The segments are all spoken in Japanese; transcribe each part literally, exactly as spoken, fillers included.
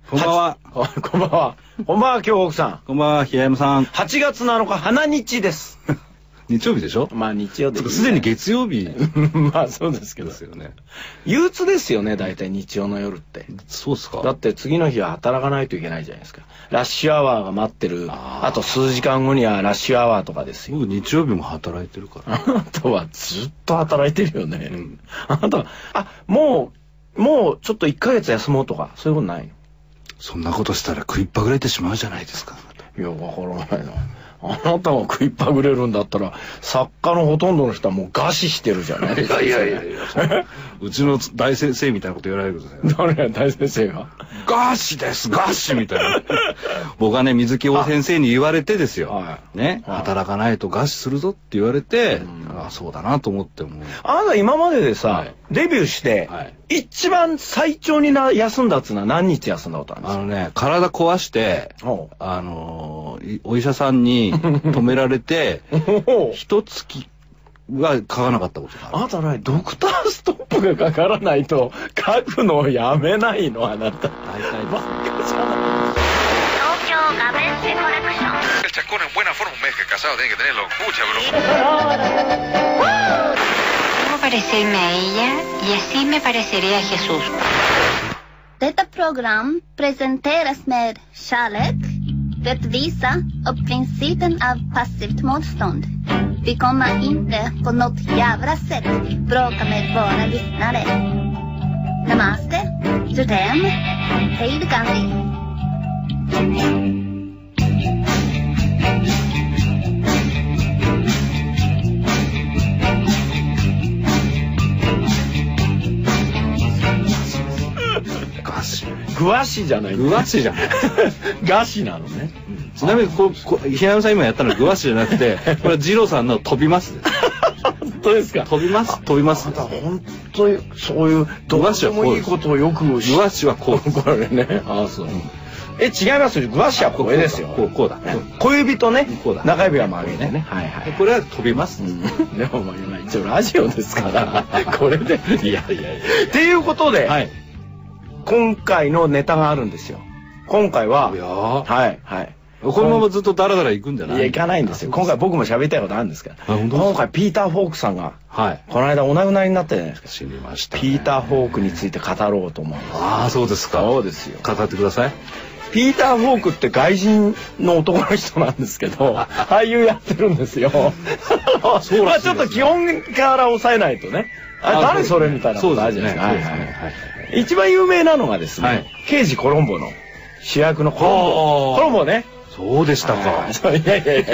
こんばんは。 こんばんは。こんばんは、京北さん。 こんばんは、平山さん。 はちがつなのか、花日です。 日曜日でしょ？ まあ日曜でいいね。 すでに月曜日。 まあそうですけど。 ですよね。 憂鬱ですよね、大体日曜の夜って。 そうっすか。 だって次の日は働かないといけないじゃないですか。ラッシュアワーが待ってる。あ, あと数時間後にはラッシュアワーとかですよ。 僕日曜日も働いてるから。 あなたはずっと働いてるよね。うん、あなたは、あ、もう、もうちょっといっかげつ休もうとか、そういうことないの？ そんなことしたら食いっぱぐれてしまうじゃないですか。 いや、わからないな。あなたが食いっぱぐれるんだったら、作家のほとんどの人はもう餓死してるじゃないですか。 いやいやいやいや。うちの大先生みたいなこと言われるけどね。 誰が大先生が餓死です餓死みたいな。僕はね、水木大先生に言われてですよ。はい、ね、はい、働かないと餓死するぞって言われて、うん、ああそうだなと思っても。 あなた今まででさ、はい、デビューして、はい、一番最長にな休んだっつうのは何日休んだことあるんですか？ あのね、体壊して、あのー、お医者さんに止められて、一月は書かなかったことがある。 あなたね、ドクターストップがかからないと書くのをやめないの、あなた。大体ばっかじゃない。東京画面セコレクション。El chascón en buena forma, un mes que casado tiene que tenerlo. Escucha, bro. Debo parecerme a ella y así me pareceré a Jesús. Detta program presenteras med kärlek, rättvisa och principen av passivt motstånd. Vi kommer inte på något jävla sätt bråka med våra lyssnare. Namaste, Jodem, hej Gandhi. グワシじゃない。 グワシじゃない。 ガシなのね。 ちなみにこうこ平山さん今やったのはグワシじゃなくて、これは二郎さんの飛びます。 本当ですか？ 飛びます飛びます。 本当にそういうどうでもいいことをよく。 グワシはこう。 これね。ああそう。え違いますよ。グワシはこれですよ。 こうこうだ。 小指とね、中指は曲げてね。はいはい。 これは飛びます。 でもまあ一応ラジオですからこれで。 いやいやいや。 っていうことで。はい。今回のネタがあるんですよ。今回は、はいはい。 このままずっとダラダラ行くんじゃない？ いや、行かないんですよ。今回僕も喋りたいことあるんですから。今回ピーター・フォークさんが、はい、この間お亡くなりになったじゃないですか。 知りました。 ピーター・フォークについて語ろうと思います。 ああ、そうですか。 そうですよ。 語ってください。 ピーター・フォークって外人の男の人なんですけど、俳優やってるんですよ。まあちょっと基本から抑えないとね。あれ誰それみたいなことあるじゃないですか。はいはいはい。一番有名なのがですね、はい、刑事コロンボの主役のコロンボ。コロンボね。 そうでしたか。 いやいやいや。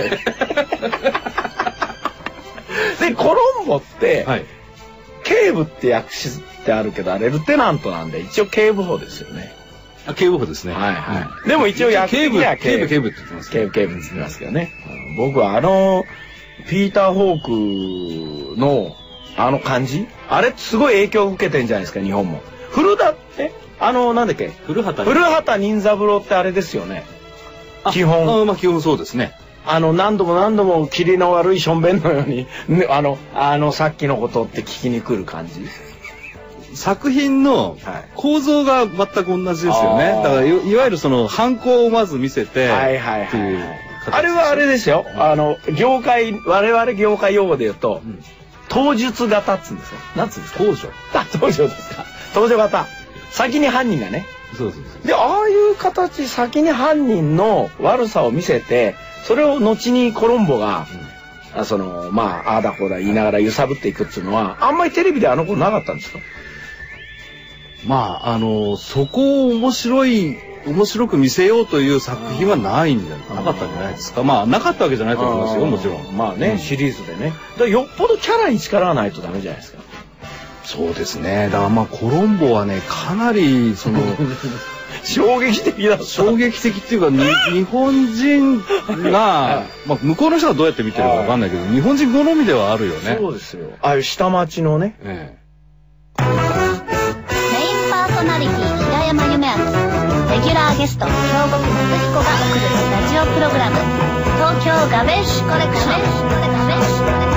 で、コロンボって、はい、警部って訳してあるけど、あれルテナントなんで、一応警部補ですよね。 あ、警部補ですね。 はいはい。うん、でも一応訳警部、警部、警部って言ってます。 警部、警部って言ってますけどね。僕はあの、ピーター・ホークの、あの感じあれすごい影響を受けてんじゃないですか、日本も。古田ってあのなんだっけ古畑古畑任三郎ってあれですよね。基本。 あ、まあ基本そうですね。 あの何度も何度も霧の悪いしょんべんのように、ね、あのあのさっきのことって聞きに来る感じ。 作品の構造が全く同じですよね。だからいわゆるその犯行をまず見せてっていう。 あれはあれですよ。あの業界我々業界用語で言うと。うん当述型っつうんですよ。なんつうんですか。 当助。 あ、当助ですか。当助型。先に犯人がね。 そうそうそう。 で、ああいう形、先に犯人の悪さを見せて、それを後にコロンボが、うん、あその、まあ、ああだこうだ言いながら揺さぶっていくっていうのは、あんまりテレビであの頃なかったんですか？ まあ、あの、そこを面白い、面白く見せようという作品はないんじゃなかったんじゃないですか。まあなかったわけじゃないと思いますよ、もちろん。 まあね、うん、シリーズでね。だよっぽどキャラに力がないとダメじゃないですか。 そうですね。だからまあコロンボはね、かなりその衝撃的だった。 衝撃的っていうか、日本人が、まあ向こうの人がどうやって見てるかわかんないけど、日本人好みではあるよね。 そうですよ。ああいう下町のね。ええ、 メインパーソナリティ平山夢明。レギュラーゲスト、京極夏彦が送るラジオプログラム、東京ガベッシュコレクション。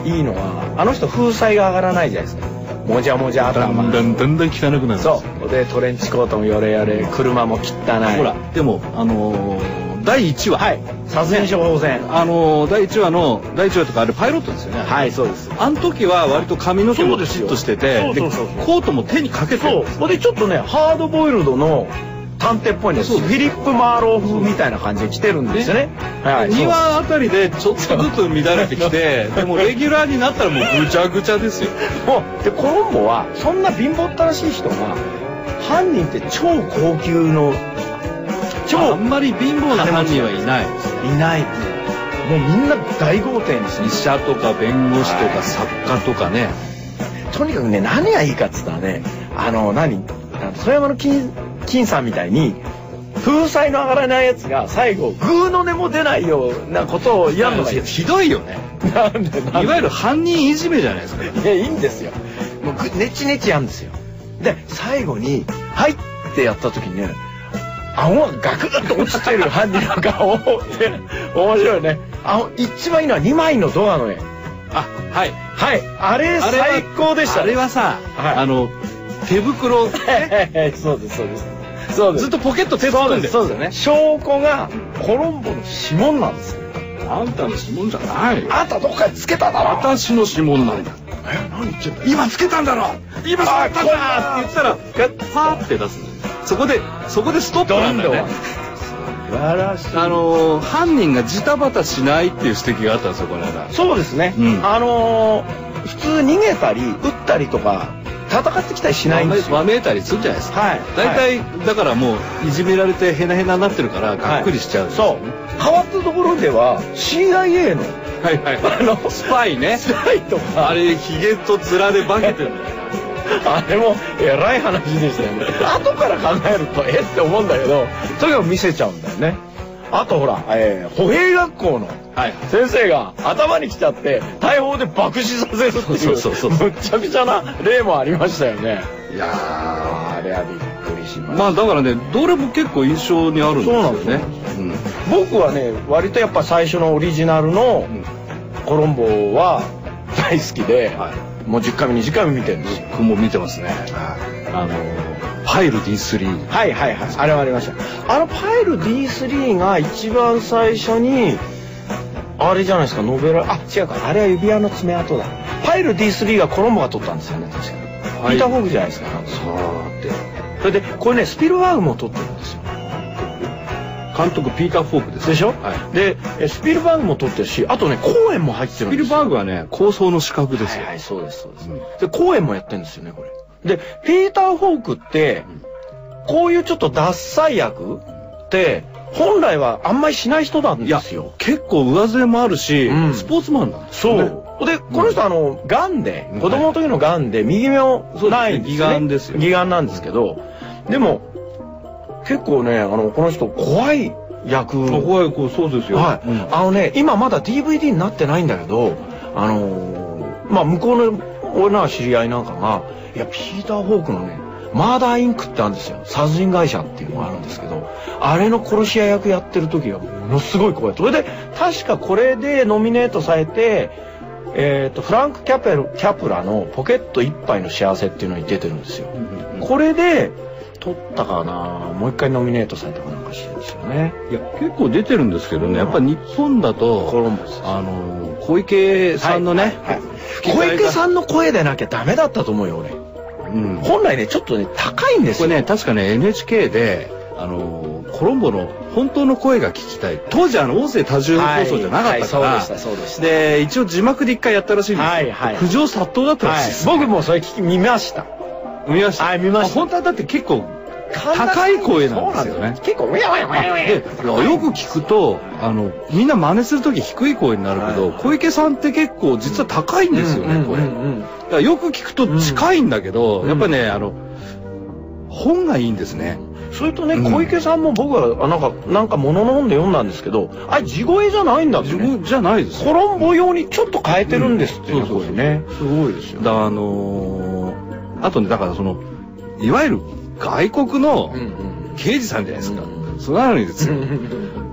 いいのはあの人風采が上がらないじゃないですか。もじゃもじゃ頭。 だんだんだんだん汚くなるんです。 そうでトレンチコートもヨレヨレ、車も汚い。 ほらでもあのー、だいいちわ、 はい、殺人処方箋、 あのー、だいいちわのだいいちわとかあれパイロットですよね。 はいそうです。 あの時は割と髪の毛もピシッとしてて、でコートも手にかけてるんです。 そうでちょっとねハードボイルドの探偵っぽいんです。フィリップ・マーロー風みたいな感じで来てるんですよね。 にわあたりでちょっとずつ乱れてきて、でもレギュラーになったらもうぐちゃぐちゃですよ。 もうでコロンボはそんな貧乏ったらしい人が犯人って超高級の超あんまり貧乏な犯人はいないですね。 いない。もうみんな大豪邸に住んで、 医者とか弁護士とか作家とかね。 とにかくね何がいいかっつったらね、あの何曽山の金金さんみたいに風采の上がらないやつが最後グーの音も出ないようなことをやるのがひどいよね。なんでいわゆる犯人いじめじゃないですか。 いやいいんですよ。もうネチネチやんですよ。で最後に「はい」ってやった時にね顎がガクッと落ちてる犯人の顔って面白いね。あ一番いいのはにまいのドアの絵。 あはいはいあれ最高でした。 あれはさ、はい、あの手袋そうですそうですそうです。 ずっとポケット手突っ込んでる。 そうですね。証拠がコロンボの指紋なんですよ。 あんたの指紋じゃない。 あんたどっかでつけただろ。 私の指紋なんだ。 え何言ってんだ。 今つけたんだろ。今つけたんだって言ったらパーって出すんだよ。そこでそこでストップなんだよね。 素晴らしい。 あの犯人がジタバタしないっていう指摘があったんですよこの間。 そうですね。あの普通逃げたり撃ったりとか戦ってきたりしないんですよ。 わめいたりするじゃないですか。はい。大体だからもういじめられてヘナヘナになってるからがっくりしちゃう。 そう。変わったところでは シーアイエー のはいはいあのスパイね。 スパイとかあれヒゲと面で化けてる。 あれもえらい話でしたよね。後から考えるとえって思うんだけど、とにかく見せちゃうんだよね。あとほら、えー、歩兵学校の先生が頭に来ちゃって大砲で爆死させるっていうむっちゃくちゃな例もありましたよね。 いやーあれはびっくりしました。 まあだからねどれも結構印象にあるんですよね。 うん、僕はね割とやっぱ最初のオリジナルのコロンボは大好きで、はい、もうじゅっかいめにじゅっかいめ見てるんですよ。 僕も見てますね。はい、あのパイル ディースリーはいはいはいあれはありました。あのパイル ディースリー が一番最初にあれじゃないですかノベラあ違うかあれは指輪の爪痕だ。パイル ディースリー がコロンボが撮ったんですよね確かに。ピーター・フォークじゃないですか。 そうってそれでこれねスピルバーグも撮ってるんですよ。 監督ピーター・フォークですでしょ。はい、でスピルバーグも撮ってるしあとねコーエンも入ってるんですよ。 スピルバーグはね構想の資格ですよ。 はい、はい、そうですそうです、うん、でコーエンもやってるんですよねこれ。でピーター・フォークってこういうちょっとダッサい役って本来はあんまりしない人なんですよ。 結構上背もあるし、うん、スポーツマンなんですよね。 そうでこの人あのがんで、うん、子供の時のがんで右目をないんですよね。 義眼ですよ。 義眼なんですけどでも結構ねあのこの人怖い役。 怖い子そうですよ。 はい、うん、あのね今まだ ディーブイディー になってないんだけどあのー、まあ向こうの俺ら知り合いなんかがいやピーター・フォークのねマーダーインクってあるんですよ。殺人会社っていうのがあるんですけどあれの殺し屋役やってる時がものすごい怖い。それで確かこれでノミネートされて、えー、とフランク・キャペルキャプラの「ポケット一杯の幸せ」っていうのに出てるんですよ。うんうん、これで撮ったかなもう一回ノミネートされたかなんかしてるんですよね。 いや結構出てるんですけどね、うん、やっぱ日本だとコロンボスあの小池さんのね、はいはいはい、 小池さんの声でなきゃダメだったと思うよ俺。うん、本来ねちょっとね高いんですよ。 これね確かね エヌエイチケー であのコロンボの本当の声が聞きたい。当時あの音声多重放送じゃなかったから、はいはい、そうでしたそうでした。で一応字幕で一回やったらしいんですよ。はいはい、苦情殺到だったらしいです、 はい、僕もそれ聞き見ました。 見ました。 はい見ました。 本当はだって結構高い声なんですよね。 結構ウヤウヤウヤウヤ。 でよく聞くとあのみんな真似する時低い声になるけど、はい、小池さんって結構実は高いんですよね声。よく聞くと近いんだけど、うん、やっぱねあの本がいいんですね。 それとね、うん、小池さんも僕はなんかなんかものの本で読んだんですけどあれ地声じゃないんだってね。 地声じゃないです。 コロンボ用にちょっと変えてるんですっていう声ね。 すごいですよ。だあのー、あとねだからそのいわゆる外国の刑事さんじゃないですか。うんうん、それなのにですよ。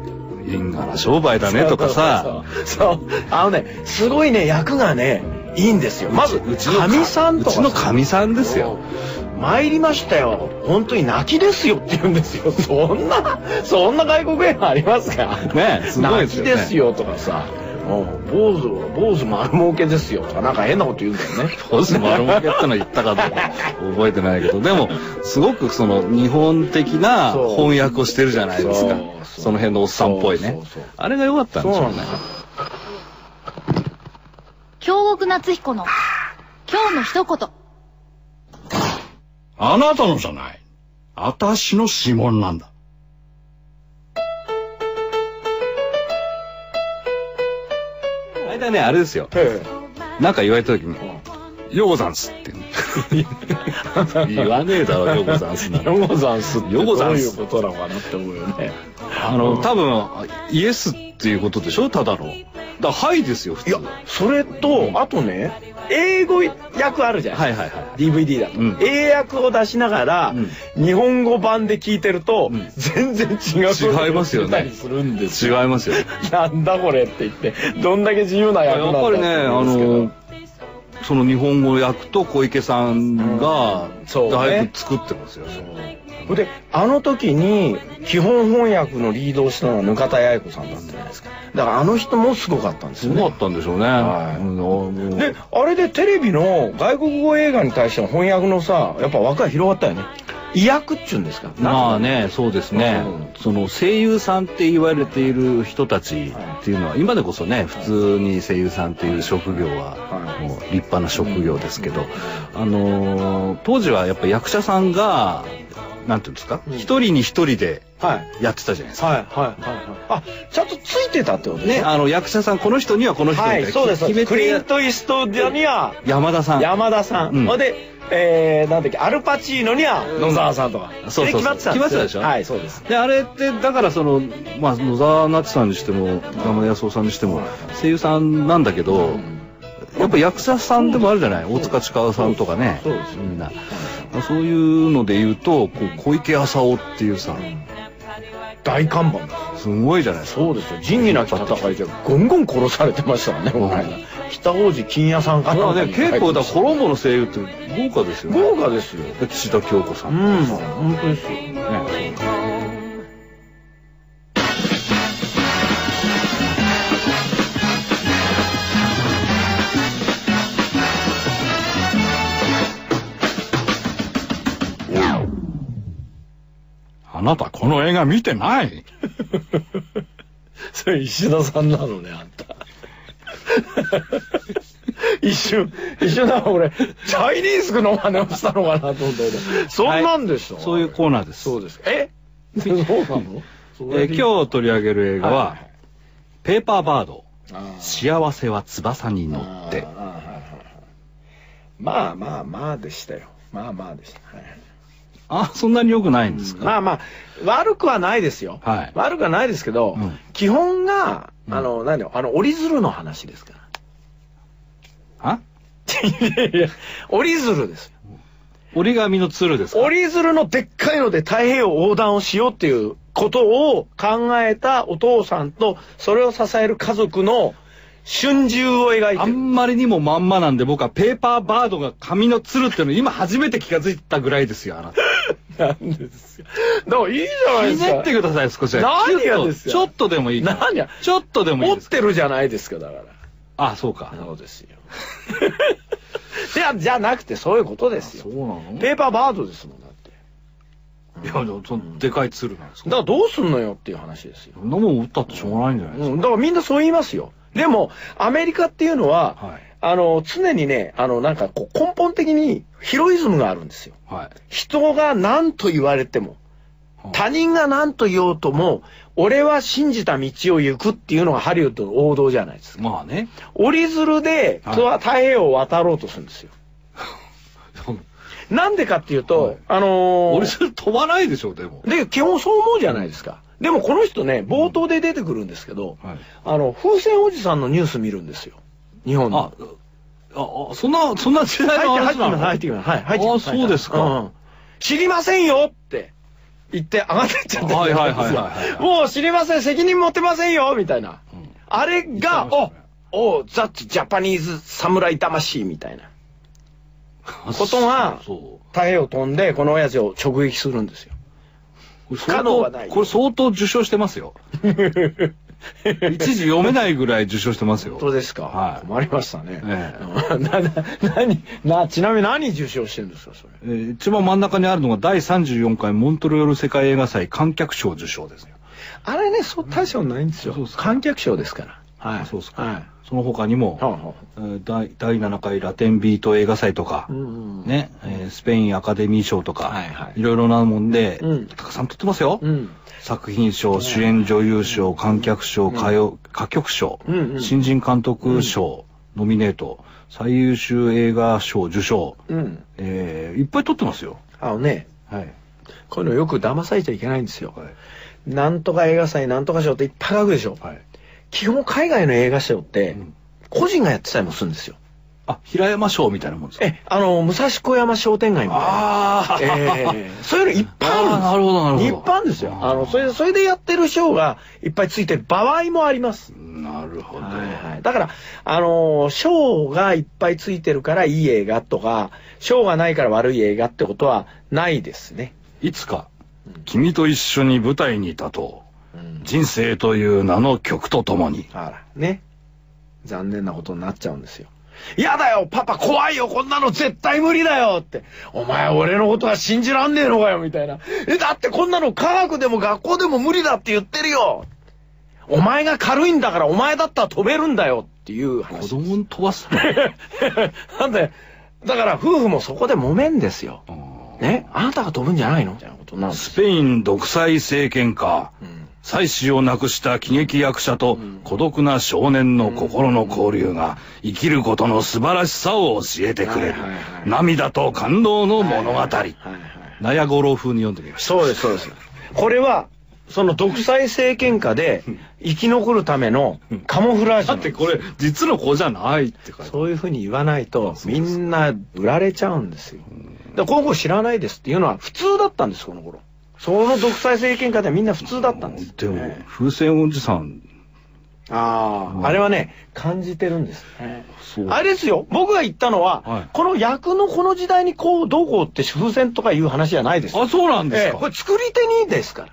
因果な商売だねとかさ。 そう。あのね、すごいね、役がね、いいんですよ。まず、うちのかみさんとか。 うちのかみさんですよ。 参りましたよ。本当に泣きですよって言うんですよ。そんな、そんな外国映画ありますかね、すごいですよね。 泣きですよとかさ。坊主、坊主丸儲けですよとかなんか変なこと言うんだよね。 坊主丸儲けってのは言ったかどうか覚えてないけど、でもすごくその日本的な翻訳をしてるじゃないですか。その辺のおっさんっぽいね。あれが良かったんでしょうね。 京極夏彦の今日の一言。 あなたのじゃない。私の指紋なんだ。 大体ね、あれですよ。なんか言われた時に、ヨゴザンスって言わねえだろ、ヨゴザンスなんて。 ヨゴザンスってどういうことなのかなって思うよね。 あの、多分、イエスっていうことでしょ、ただの。だから、はいですよ、普通。 いや、それと、あとね、英語訳あるじゃん。はいはいはい。ディーブイディー だと。うん、英訳を出しながら、うん、日本語版で聞いてると、うん、全然違う。 違いますよね。 するんですよ。違いますよ。 なんだこれって言って、どんだけ自由な訳なんだやっぱりね、あの、その日本語訳と小池さんが、だいぶ作ってますよ。 うん、で、あの時に、基本翻訳のリードをしたのはぬかたやえ子さんだったじゃないですか。だからあの人もすごかったんですよね。 すごかったんでしょうね。はい、 で、あれでテレビの外国語映画に対しての翻訳のさ、やっぱ枠が広がったよね。意訳っちゅうんですか。 まあね、そうですね。うん、その声優さんって言われている人たちっていうのは、今でこそね、普通に声優さんっていう職業はもう立派な職業ですけど、あのー、当時はやっぱ役者さんがなんていうんですか、一、うん、人に一人でやってたじゃないですか。はいはいはいはい。 あ、ちゃんとついてたってことね。 あの役者さん、この人にはこの人みたいな、はい、 そうです。決めてクリント・イーストウッドには山田さん。 山田さん。うん、で、えー、なんだっけ、アルパチーノには野沢さんとか。 うん、そうそうそう。 決まってたんですよ。 決まってたでしょ。 はい、そうです。 で、あれってだからそのまあ野沢那智さんにしても山田康夫さんにしても声優さんなんだけど。うん、やっぱ役者さんでもあるじゃない、大塚千川さんとかね、そうですみんな、そういうので言うとこう小池浅尾っていうさ、 大看板すごいじゃないですか。 そうですよ。仁義なき戦いでゴンゴン殺されてましたからね、この間。北大路金屋さんかな。ね、結構だコロンボの声優って豪華ですよね。 豪華ですよ。 岸田京子さん。 うん、本当ですよ。ね。 あなたこの映画見てない。 それ石田さんなのね、あんた。一瞬一瞬だから俺チャイニーズの真似をしたのかなと思ったけど、そんなんでしょ、 はい、そういうコーナーです。 そうです。えそうなの？ えー、今日取り上げる映画は、はいはい、ペーパーバード、幸せは翼に乗って。 まあまあまあでしたよ。まあまあでした。はい、 あ、そんなに良くないんですか？ まあまあ悪くはないですよ。はい、悪くはないですけど、うん、基本があの、うん、何よ、あの折り鶴の話ですから。 あ？ いやいや、折り鶴ですよ。 折り紙の鶴ですか？ 折り鶴のでっかいので太平洋横断をしようっていうことを考えたお父さんとそれを支える家族の春秋を描いてる。 あんまりにもまんまなんで、僕はペーパーバードが紙の鶴っていうの今初めて気が付いたぐらいですよ、あなた。 なんですよ。だからいいじゃないですか。 ひねってください、少しは。 何がですよ。 ちょっとでもいいから。 何や。 ちょっとでもいいです。 持ってるじゃないですか、だから。 あ、そうか。 そうですよ。じゃ、じゃなくてそういうことですよ。 そうなの？ ペーパーバードですもん、だって。 いや、でもそのでかい鶴なんですか？ だからどうすんのよっていう話ですよ。 そんなもん打ったってしょうがないんじゃないですか。 うん、だからみんなそう言いますよ。でも、アメリカっていうのは、はい、あの、常にね、あの、なんかこう根本的にヒロイズムがあるんですよ。はい、人が何と言われても、はい、他人が何と言おうとも、俺は信じた道を行くっていうのがハリウッドの王道じゃないですか。 まあね。 折り鶴で、はい、太平洋を渡ろうとするんですよ。なんでかっていうと、はい、あのー、 折り鶴飛ばないでしょ、でも。 で、基本そう思うじゃないですか。でもこの人ね、冒頭で出てくるんですけど、うんはい、あの、風船おじさんのニュース見るんですよ。日本の。 あ、あ、そんな、そんな時代の話なの？ 入ってきます、入ってきます。はい、入ってきます。 あ、そうですか。 うん。知りませんよって。 言って上がってっちゃってるんですよ。 はいはいはいはい。 もう知りません、責任持ってませんよみたいな。うん、あれが、お、お、ザッツジャパニーズ侍魂みたいなことが太平洋飛んでこの親父を直撃するんですよ。 不可能はない。これ相当受賞してますよ。一時読めないぐらい受賞してますよ。 本当ですか。 はい。 困りましたね。ええ、な、な、何、な、ちなみに何受賞してるんですか、それ。 えー、一番真ん中にあるのがだいさんじゅうよんかいモントリオール世界映画祭観客賞受賞ですよ。 あれね、そう、大賞ないんですよ。そうです観客賞ですから。 はい。そうですか。はい。その他にも、はあはあ、第、第ななかいラテンビート映画祭とか、うんうん、ね、えー、スペインアカデミー賞とか、はいはい、いろいろなもんで、うん、たくさん取ってますよ。うん、作品賞、主演女優賞、観客賞、歌謡、歌曲賞、うんうん、新人監督賞、うん、ノミネート、最優秀映画賞受賞、うん、えー、いっぱい取ってますよ。 あのね、はい、こういうのよく騙されちゃいけないんですよ。はい、なんとか映画祭、なんとか賞っていっぱい書くでしょ。はい、基本海外の映画賞って、うん、個人がやってたりもするんですよ。 あ、平山賞みたいなもんですか？ え、あの、武蔵小山商店街みたいな。ああ、えー、そういうのいっぱいあるんですよ。なるほど、なるほど。いっぱいあるんですよ。あの、それで、それでやってる賞がいっぱいついてる場合もあります。 なるほど。はいはい。だから、あの、賞がいっぱいついてるからいい映画とか、賞がないから悪い映画ってことはないですね。 いつか、うん、君と一緒に舞台に立とう。うん、人生という名の曲とともに。 あら、ね。残念なことになっちゃうんですよ。やだよパパ怖いよこんなの絶対無理だよって。お前俺のことは信じらんねえのかよみたいな。え、だってこんなの科学でも学校でも無理だって言ってるよ。お前が軽いんだからお前だったら飛べるんだよっていう話。 子供に飛ばすのなんで、だから夫婦もそこで揉めんですよ。ね、あなたが飛ぶんじゃないのみたいなことなんです。 スペイン独裁政権下。うん、妻子を亡くした喜劇役者と孤独な少年の心の交流が生きることの素晴らしさを教えてくれる涙と感動の物語。納屋五郎風に読んでみました。 そうですそうです。これはその独裁政権下で生き残るためのカモフラージュ。 だってこれ実の子じゃないってか。 そういうふうに言わないとみんな売られちゃうんですよ。だからこの子知らないですっていうのは普通だったんですこの頃。その独裁政権下ではみんな普通だったんです。 でも、風船おじさん。 ああ、あれはね、感じてるんですね。あれですよ、僕が言ったのは、はい、この役のこの時代にこう、どうこうって風船とかいう話じゃないです。 あ、そうなんですか。 えー、これ作り手にですから。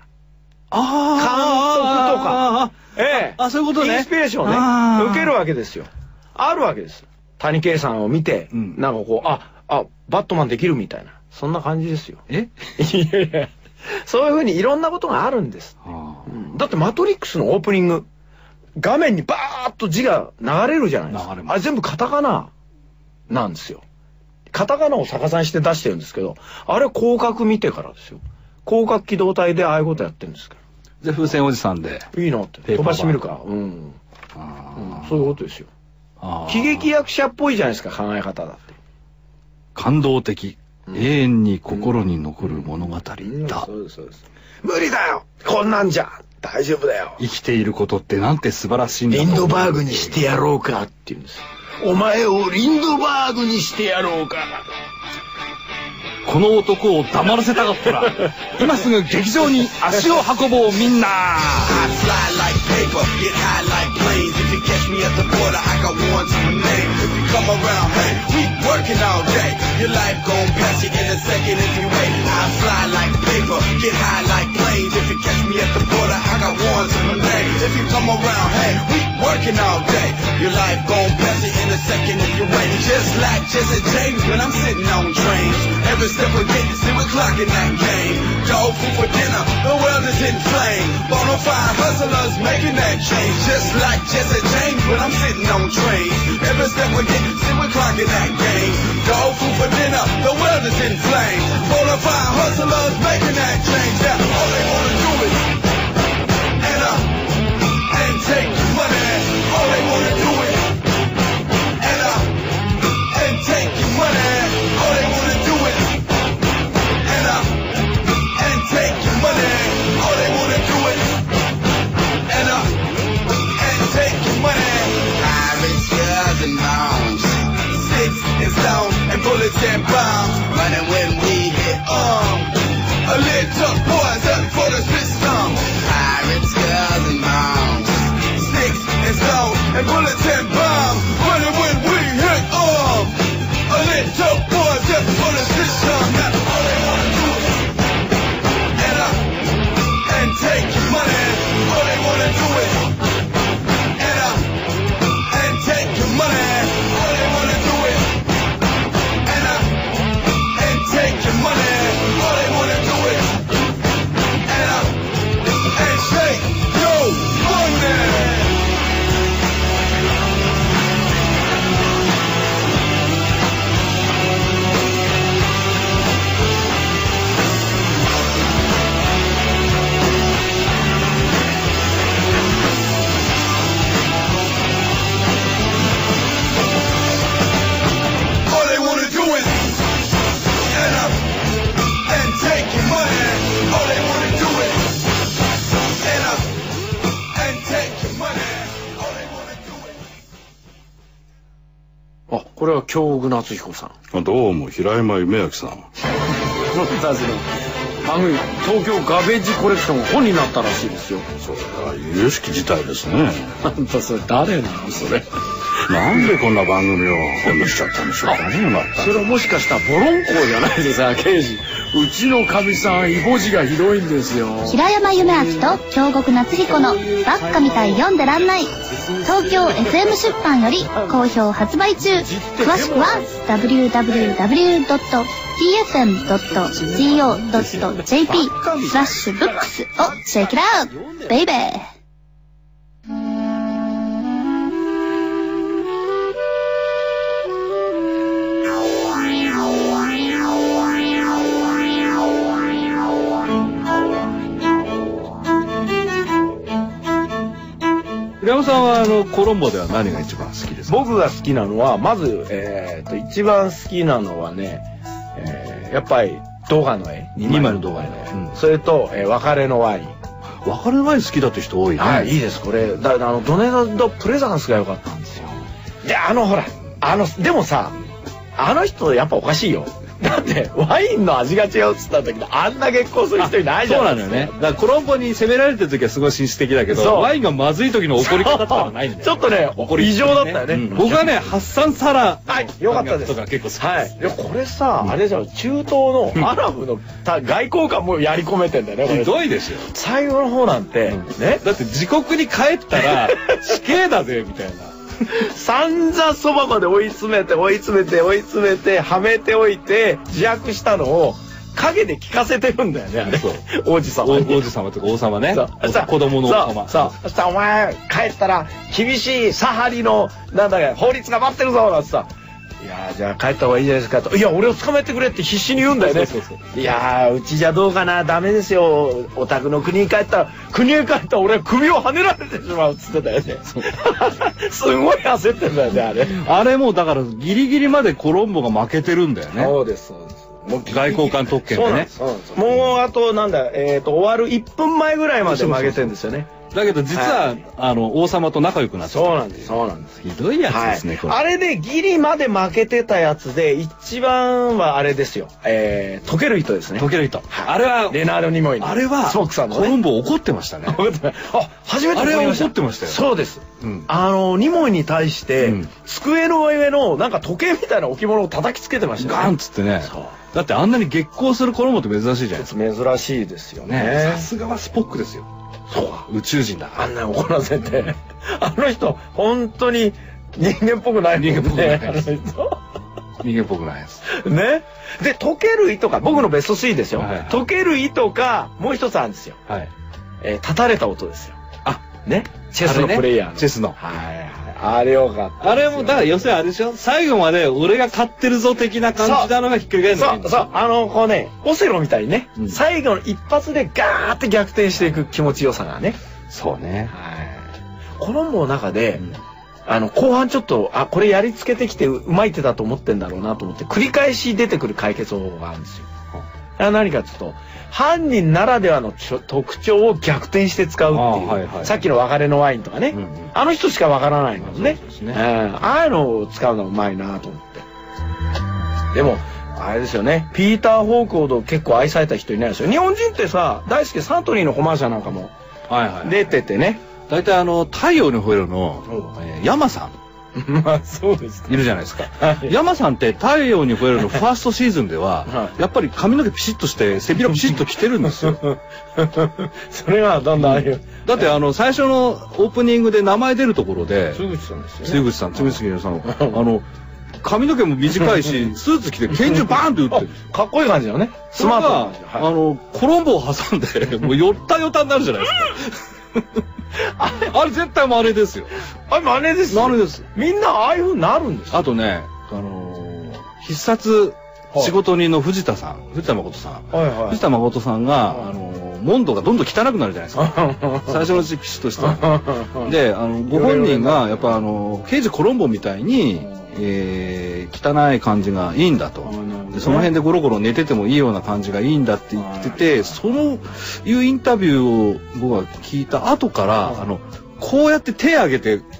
ああ。監督とか。ええー。 あ、そういうことね。 インスピレーションをね、受けるわけですよ。あるわけです。谷圭さんを見て、うん、なんかこう、あ、あ、バットマンできるみたいな。そんな感じですよ。 えいやいや。そういうふうにいろんなことがあるんです、ねうん。だってマトリックスのオープニング、画面にバーッと字が流れるじゃないですか。あれ全部カタカナなんですよ。カタカナを逆さにして出してるんですけど、あれ広角見てからですよ。広角機動隊でああいうことやってるんですから。 じゃあ風船おじさんで。 いいなって。飛ばしてみるか。うん。うん、そういうことですよ。喜劇役者っぽいじゃないですか、考え方だって。 感動的。永遠に心に残る物語だ、うんうん、そうですそうです。 無理だよこんなんじゃ大丈夫だよ生きていることってなんて素晴らしいんだ。 リンドバーグにしてやろうかって言うんです。お前をリンドバーグにしてやろうか。 この男を黙らせたかったら今すぐ劇場に足を運ぼうみんな。Working all day, your life gon' pass you in a second if you wait. I fly like paper, get high like planes. If you catch me at the border, I got ones in my name. If you come around, hey, we working all day. Your life gon' pass you in a second if you wait. Just like Jesse James when I'm sitting on trains. Every step we get, see we're clocking that game. Dog food for dinner, the world is in flames. Bonafide hustlers making that change. Just like Jesse James when I'm sitting on trains. Every step we get, see we're clocking that game. Dog food for dinner, the world is in flames. Bonafide hustlers making that change. Yeah, all they wanna do is and up and take your money. All they wanna do is and up and take your money. All they wanna do is and up and take your money. All they wanna do is and up and take your money. Pirates, guns, and bombs. And stones and bullets and bombs running when we hit um a little boys これは京極夏彦さん。どうも平山夢明さん。 私の番組東京ガベージコレクションが本になったらしいですよ。 それは由々しき事態ですね。 あんたそれ誰なのそれ。 なんでこんな番組を本にしちゃったんでしょうかね。またそれはもしかしたらボロンコじゃないですか刑事。うちのかみさんイボ痔がひどいんですよ。 平山夢明と京極夏彦のバッカみたい読んでらんない、東京 エフエム 出版より好評発売中。詳しくは ダブリューダブリューダブリュードットティーエフエムドットコードットジェーピー スラッシュブックスをチェックアウトベイベー。 平山さんはあのコロンボでは何が一番好きですか？ 僕が好きなのはまず、えー、と一番好きなのはね、えー、やっぱり動画の絵にまいの動画の絵、 うん、それと、えー、別れのワイン。 別れのワイン好きだって人多いね。 はい、いいです。これだあのドネードプレザンスが良かったんですよ。であのほらあのでもさあの人やっぱおかしいよ。だってワインの味が違うっつったんだけどあんな結婚する人いないじゃないですか。 そうなのよね。だからコロンボに攻められてる時はすごい紳士的だけど、ワインがまずい時の怒り方とかはないんだよ。 ちょっとね怒り異常だったよね、うん、 僕はねハッサンサラはいよかったですとか結構好きです。 はい。いやこれさ、うん、あれじゃん中東のアラブの外交官もやり込めてんだよね。これひどいですよ。 最後の方なんて、うん、ねだって自国に帰ったら死刑だぜみたいな。 散々そばまで追い詰めて追い詰めて追い詰めてはめておいて自白したのを陰で聞かせてるんだよねあれ。そう王子様に。 王子様とか王様ね。 そう子供の王様。 そうそしたらお前帰ったら厳しいサハリのなんだか法律が待ってるぞなんてさ。いやじゃあ帰った方がいいじゃないですかと。いや俺を捕まえてくれって必死に言うんだよね。そうそうそう。いやうちじゃどうかなダメですよ。お宅の国に帰ったら国へ帰ったら俺は首をはねられてしまうっつってたよね。すごい焦ってんだよねあれ。 あれもうだからギリギリまでコロンボが負けてるんだよね。 そうですそうです。 もう外交官特権でね。 もうあとなんだえっと終わるいっぷんまえぐらいまで負けてるんですよね。 だけど実は、はい、あの王様と仲良くなってた。 そうなんですそうなんです。 ひどいやつですね、はい、これ。 あれでギリまで負けてたやつで一番はあれですよ。えー、溶ける糸ですね。 溶ける糸。 あれはレナード・ニモイ。 あれはソークさんの、ね、コロンボ怒ってましたね。あ初めてあれは怒ってましたよ。 そうです。うん、あのニモイに対して、うん、机の上のなんか時計みたいな置物を叩きつけてましたね。 ガンっつってね。そう。だってあんなに激高するコロンボって珍しいじゃないですか。珍しいですよね。 さすがはスポックですよ。そう宇宙人だ。 あんな怒らせてあの人本当に人間っぽくないもんね。 人間っぽくないです。人間っぽくないです。 ね。で溶ける糸か僕のベストスリーですよ。はいはい、溶ける糸かもう一つあるんですよ。はい。えー、立たれた音ですよ。あね。チェスのプレイヤーの。 チェスの。 はいはい。あれよかった。 あれもだから要するにあれでしょ。最後まで俺が勝ってるぞ的な感じなのがひっくり返るの。 そうそうあのこうねオセロみたいにね、うん、最後の一発でガーって逆転していく気持ちよさがね。 そうね。 はい。コロンボの中で、うん、あの後半ちょっとあこれやりつけてきてうまい手だと思ってんだろうなと思って繰り返し出てくる解決方法があるんですよ。うん、何かっていうと犯人ならではの特徴を逆転して使うっていう、はいはい、さっきの別れのワインとかね、うんうん、あの人しかわからないのね。ああいうのを使うのはうまいなと思って。でもあれですよねピーター・ホークほど結構愛された人いないですよ。日本人ってさ大好きサントリーのコマーシャルなんかも出ててね。 大体あの太陽にほえろの、えー、山さんまあそうです、ね、 いるじゃないですか。山さんって太陽にほえろのファーストシーズンでは、はい、やっぱり髪の毛ピシッとして背広ピシッと着てるんですよ。 それがだんだんああいう。 だってあの最初のオープニングで名前出るところで杉口さんですよね。 杉口さん杉口さんあの髪の毛も短いしスーツ着て拳銃バーンって撃ってる。 かっこいい感じだよね。スマートな感じ。 あのコロンボを挟んでもうよったよたになるじゃないですか。あれ、あれ絶対真似ですよ。 あれ真似です。 真似です。 みんなああいう風になるんです。 あとね、あのー、必殺仕事人の藤田さん、藤田誠さん、はいはい、藤田誠さんが、はい、あのー、モンドがどんどん汚くなるじゃないですか。最初のうちピシッとした。で、あのご本人がやっぱあの刑事コロンボみたいに、えー、汚い感じがいいんだと。でその辺でゴロゴロ寝ててもいいような感じがいいんだって言ってて、そのいうインタビューを僕は聞いた後から、あのこうやって手挙げて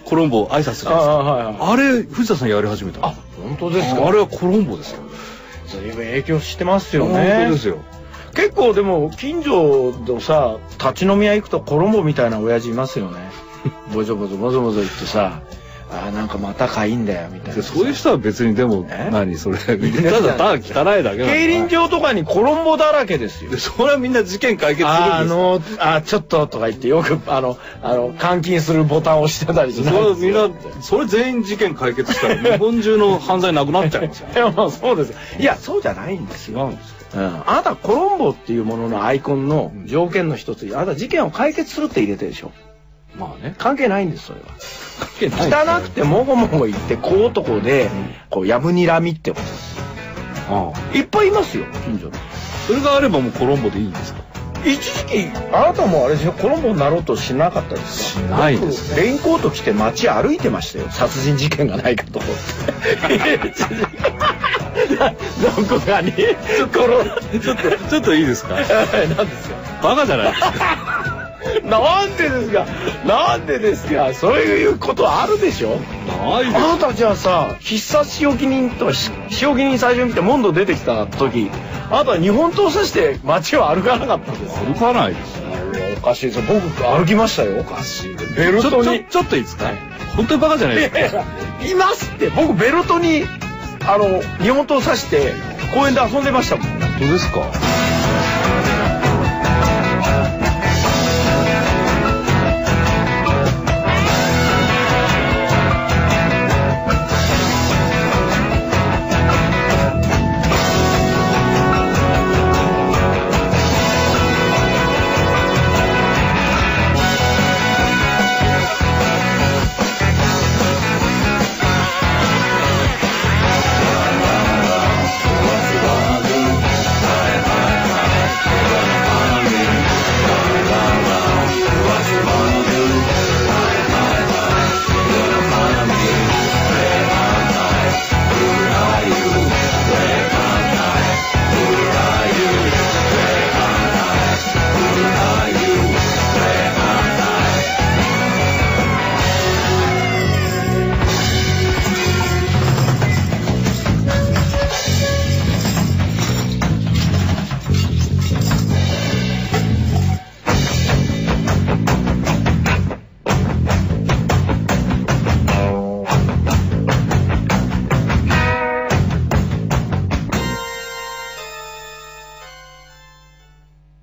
コロンボ挨拶するじゃないですか。あ、はいはい、あれ藤田さんやり始めた。 あ、本当ですか。 あれはコロンボですよ。 随分影響してますよね。 本当ですよ。 結構でも近所のさ立ち飲み屋行くとコロンボみたいな親父いますよね。ボゾボゾボゾボゾ言ってさ、あーなんかまたかいんだよみたいな。 そういう人は別にでも何それただただ汚いだけだ。 競輪場とかにコロンボだらけですよ。 それはみんな事件解決するんですよ。 あのあちょっととか言ってよくあのあの監禁するボタンを押してたりしないですよ。 それみんなそれ全員事件解決したら日本中の犯罪なくなっちゃいますよ。 いやまあそうです。いやそうじゃないんですよ。うん、あなたコロンボっていうもののアイコンの条件の一つにあなた事件を解決するって入れてるでしょ。まあね関係ないんですそれは。関係ない。汚くてもごもご言って小男でこうやぶにらみってことです。ああいっぱいいますよ近所に。 それがあればもうコロンボでいいんですか。 一時期あなたもあれでしょコロンボになろうとしなかったですか。 しないです。 レインコート着て街歩いてましたよ殺人事件がないかと思ってどこかにちょっとちょっとちょっといいですか。 何ですか。 バカじゃないですか。 なんでですかなんでですか。そういうことあるでしょ。 ないです。 あなたじゃあさ必殺仕置き人と仕置き人最初に来てモンド出てきた時あなた日本刀刺して街を歩かなかったんです。 歩かないです。 おかしいですよ。僕歩きましたよ。 おかしい。 ベルトにちょっといいですか。本当にバカじゃないですか。 いますって。僕ベルトにあの日本刀刺して公園で遊んでましたもん。 本当ですか。